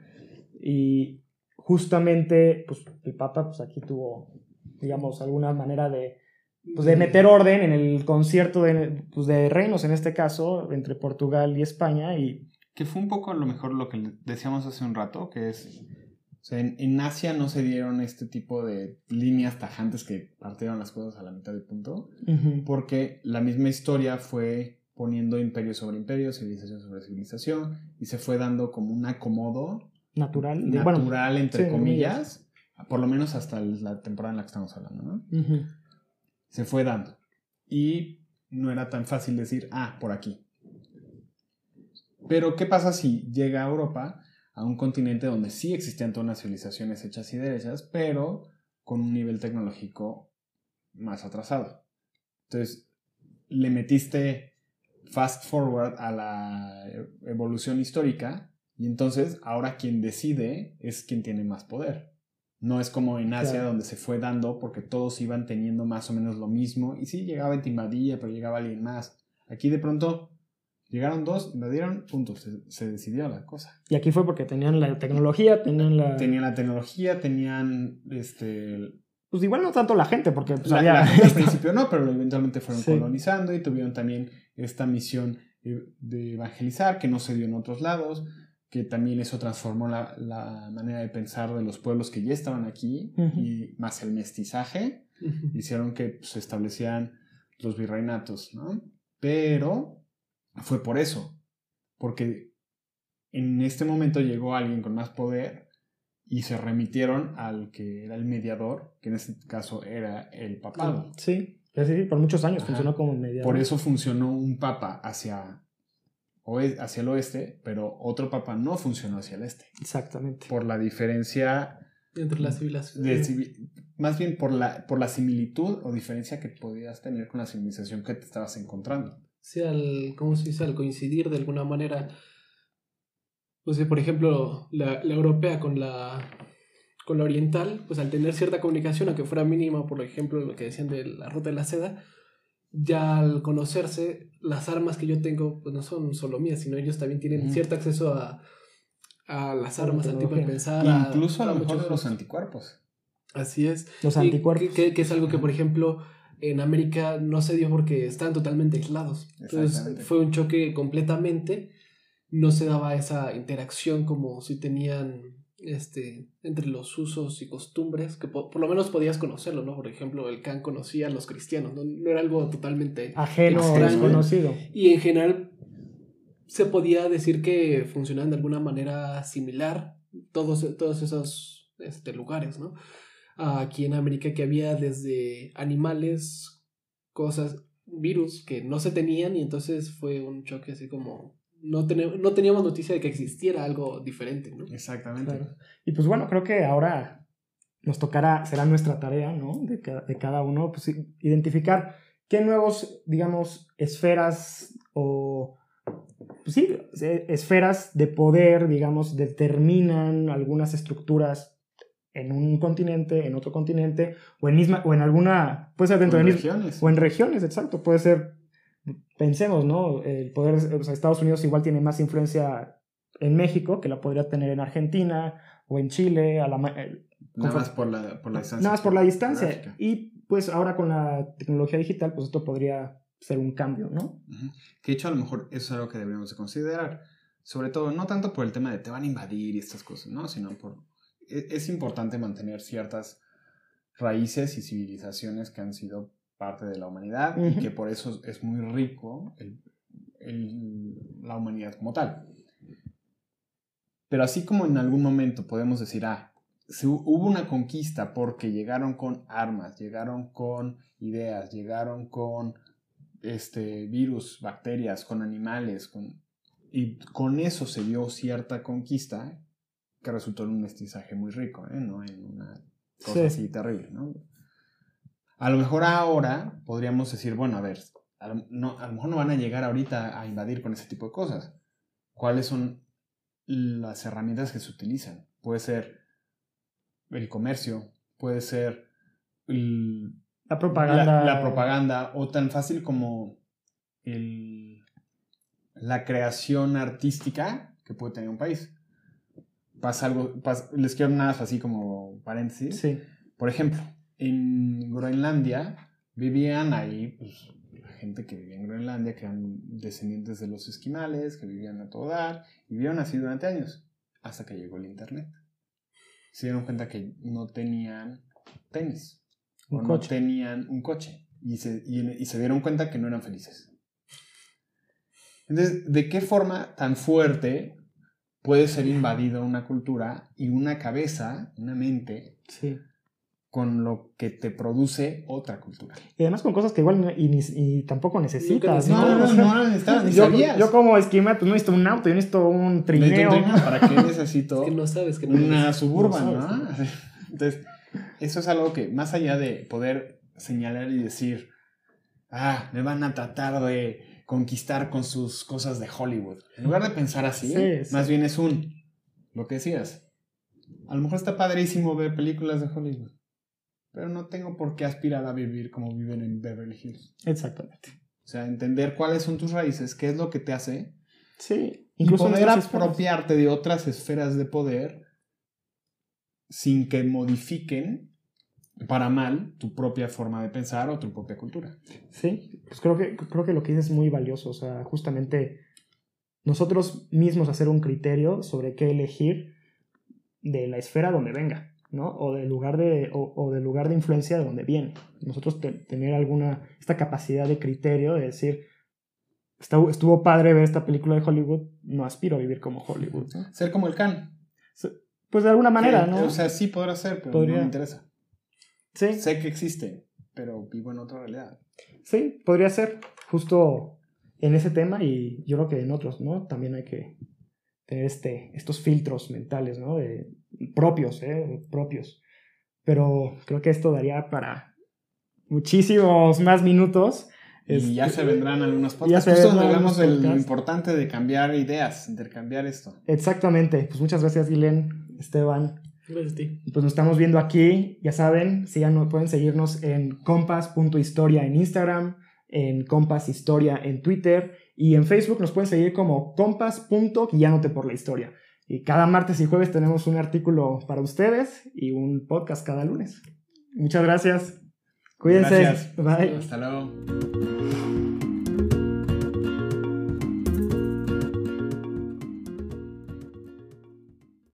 y justamente, pues, el Papa, pues, aquí tuvo, digamos, alguna manera de, pues, de meter orden en el concierto de, pues, de reinos, en este caso, entre Portugal y España, y Que fue un poco a lo mejor lo que decíamos hace un rato, que es, o sea, en, en Asia no se dieron este tipo de líneas tajantes que partieron las cosas a la mitad del punto, uh-huh. porque la misma historia fue poniendo imperio sobre imperio, civilización sobre civilización, y se fue dando como un acomodo natural, de, natural, bueno, entre sí, comillas, por lo menos hasta la temporada en la que estamos hablando, ¿no? Uh-huh. Se fue dando. Y no era tan fácil decir, ah, por aquí. Pero, ¿qué pasa si llega a Europa, a un continente donde sí existían todas las civilizaciones hechas y derechas, pero con un nivel tecnológico más atrasado? Entonces, le metiste fast forward a la evolución histórica y entonces ahora quien decide es quien tiene más poder. No es como en Asia, claro, donde se fue dando porque todos iban teniendo más o menos lo mismo y sí, llegaba y te invadía, pero llegaba alguien más. Aquí de pronto llegaron dos, invadieron, punto, se, se decidió la cosa. Y aquí fue porque tenían la tecnología, tenían la... Tenían la tecnología, tenían este... Pues igual no tanto la gente, porque pues la, había... la gente al principio no, pero eventualmente fueron sí. colonizando y tuvieron también esta misión de evangelizar que no se dio en otros lados, que también eso transformó la, la manera de pensar de los pueblos que ya estaban aquí, uh-huh, y más el mestizaje, uh-huh, hicieron que se establecieran los virreinatos, ¿no? Pero fue por eso, porque en este momento llegó alguien con más poder y se remitieron al que era el mediador, que en este caso era el papado. Sí, sí, por muchos años. Ajá. Funcionó como mediador. Por eso funcionó un papa hacia, hacia el oeste, pero otro papa no funcionó hacia el este. Exactamente. Por la diferencia... entre las civilizaciones. De, más bien por la, por la similitud o diferencia que podías tener con la civilización que te estabas encontrando. Sí, al, ¿cómo se dice? Al coincidir de alguna manera... Pues por ejemplo, la, la europea con la, con la oriental, pues al tener cierta comunicación, aunque fuera mínima, por ejemplo, lo que decían de la ruta de la seda, ya al conocerse, las armas que yo tengo, pues no son solo mías, sino ellos también tienen mm. cierto acceso a, a las armas, al tipo de pensar. Incluso a, a lo mejor muchos los anticuerpos. Así es. Los anticuerpos. Que, que, que es algo que, por ejemplo, en América no se dio porque estaban totalmente aislados. Entonces fue un choque completamente. No se daba esa interacción como si tenían este, entre los usos y costumbres, que po- por lo menos podías conocerlo, ¿no? Por ejemplo, el Khan conocía a los cristianos, no, no era algo totalmente ajeno o desconocido. Y en general se podía decir que funcionaban de alguna manera similar todos, todos esos este, lugares, ¿no? Aquí en América que había desde animales, cosas, virus que no se tenían y entonces fue un choque así como... No, ten- no teníamos noticia de que existiera algo diferente, ¿no? Exactamente. Claro. Y pues bueno, creo que ahora nos tocará, será nuestra tarea, ¿no? De, ca- de cada uno, pues identificar qué nuevos, digamos, esferas o, pues sí, esferas de poder, digamos, determinan algunas estructuras en un continente, en otro continente, o en misma, o en alguna, puede ser dentro o en de regiones. O en regiones, exacto, puede ser. Pensemos, ¿no? El poder, o sea, Estados Unidos igual tiene más influencia en México que la podría tener en Argentina o en Chile. A la, eh, nada más por la, por la distancia. Nada más por la distancia. Gráfica. Y pues ahora con la tecnología digital, pues esto podría ser un cambio, ¿no? Uh-huh. Que de hecho a lo mejor eso es algo que deberíamos de considerar. Sobre todo, no tanto por el tema de te van a invadir y estas cosas, ¿no? Sino por... Es, es importante mantener ciertas raíces y civilizaciones que han sido parte de la humanidad, uh-huh, y que por eso es muy rico el, el, la humanidad como tal. Pero así como en algún momento podemos decir, ah, si hubo una conquista porque llegaron con armas, llegaron con ideas, llegaron con este, virus, bacterias, con animales, con... y con eso se dio cierta conquista que resultó en un mestizaje muy rico, ¿eh? No en una cosa sí. así terrible, ¿no? A lo mejor ahora podríamos decir, bueno, a ver, a lo, no, a lo mejor no van a llegar ahorita a invadir con ese tipo de cosas. ¿Cuáles son las herramientas que se utilizan? Puede ser el comercio, puede ser el, la propaganda. La, la propaganda, o tan fácil como el, la creación artística que puede tener un país. Pasa algo, pasa, les quiero nada así como paréntesis. Sí. Por ejemplo, en Groenlandia vivían ahí pues, la gente que vivía en Groenlandia, que eran descendientes de los esquimales, que vivían a todo dar, y vivieron así durante años, hasta que llegó el internet. Se dieron cuenta que no tenían tenis, un o coche. no tenían un coche, y se, y, y se dieron cuenta que no eran felices. Entonces, ¿de qué forma tan fuerte puede ser invadida una cultura y una cabeza, una mente, sí. con lo que te produce otra cultura? Y además con cosas que igual y, ni, y tampoco necesitas. No, no, no, no, no necesitas, ni yo, sabías. Yo como esquimal, pues no necesito un auto, yo necesito un trineo. Un trineo. ¿Para qué necesito es que no sabes que no una necesitas. Suburban, no? ¿no? Entonces, eso es algo que, más allá de poder señalar y decir, ah, me van a tratar de conquistar con sus cosas de Hollywood. En lugar de pensar así, sí, sí. más bien es un, lo que decías, a lo mejor está padrísimo ver películas de Hollywood, pero no tengo por qué aspirar a vivir como viven en Beverly Hills. Exactamente. O sea, entender cuáles son tus raíces, qué es lo que te hace. Sí. Incluso y poder apropiarte de otras esferas de poder sin que modifiquen para mal tu propia forma de pensar o tu propia cultura. Sí, pues creo que, creo que lo que dices es muy valioso. O sea, justamente nosotros mismos hacer un criterio sobre qué elegir de la esfera donde venga, ¿no? O del lugar de, o, o del lugar de influencia de donde viene. Nosotros te, tener alguna, esta capacidad de criterio de decir, estuvo, estuvo padre ver esta película de Hollywood, no aspiro a vivir como Hollywood, ¿no? Ser como el Can. Pues de alguna manera, que, ¿no? O sea, sí podrá ser, pero podría. No me interesa. Sí. Sé que existe, pero vivo en otra realidad. Sí, podría ser justo en ese tema y yo creo que en otros, ¿no? También hay que tener este, estos filtros mentales, ¿no? De, propios, ¿eh? Propios. Pero creo que esto daría para muchísimos más minutos. Y este, ya se vendrán algunos podcasts. Justo donde hablamos de lo importante de cambiar ideas, intercambiar esto. Exactamente. Pues muchas gracias, Guilén, Esteban. Gracias a ti. Pues nos estamos viendo aquí, ya saben, síganos, pueden seguirnos en compas punto historia en Instagram, en Compas Historia en Twitter y en Facebook nos pueden seguir como compas. Guiándote por la historia. Y cada martes y jueves tenemos un artículo para ustedes y un podcast cada lunes. Muchas gracias. Cuídense. Gracias. Bye. Hasta luego.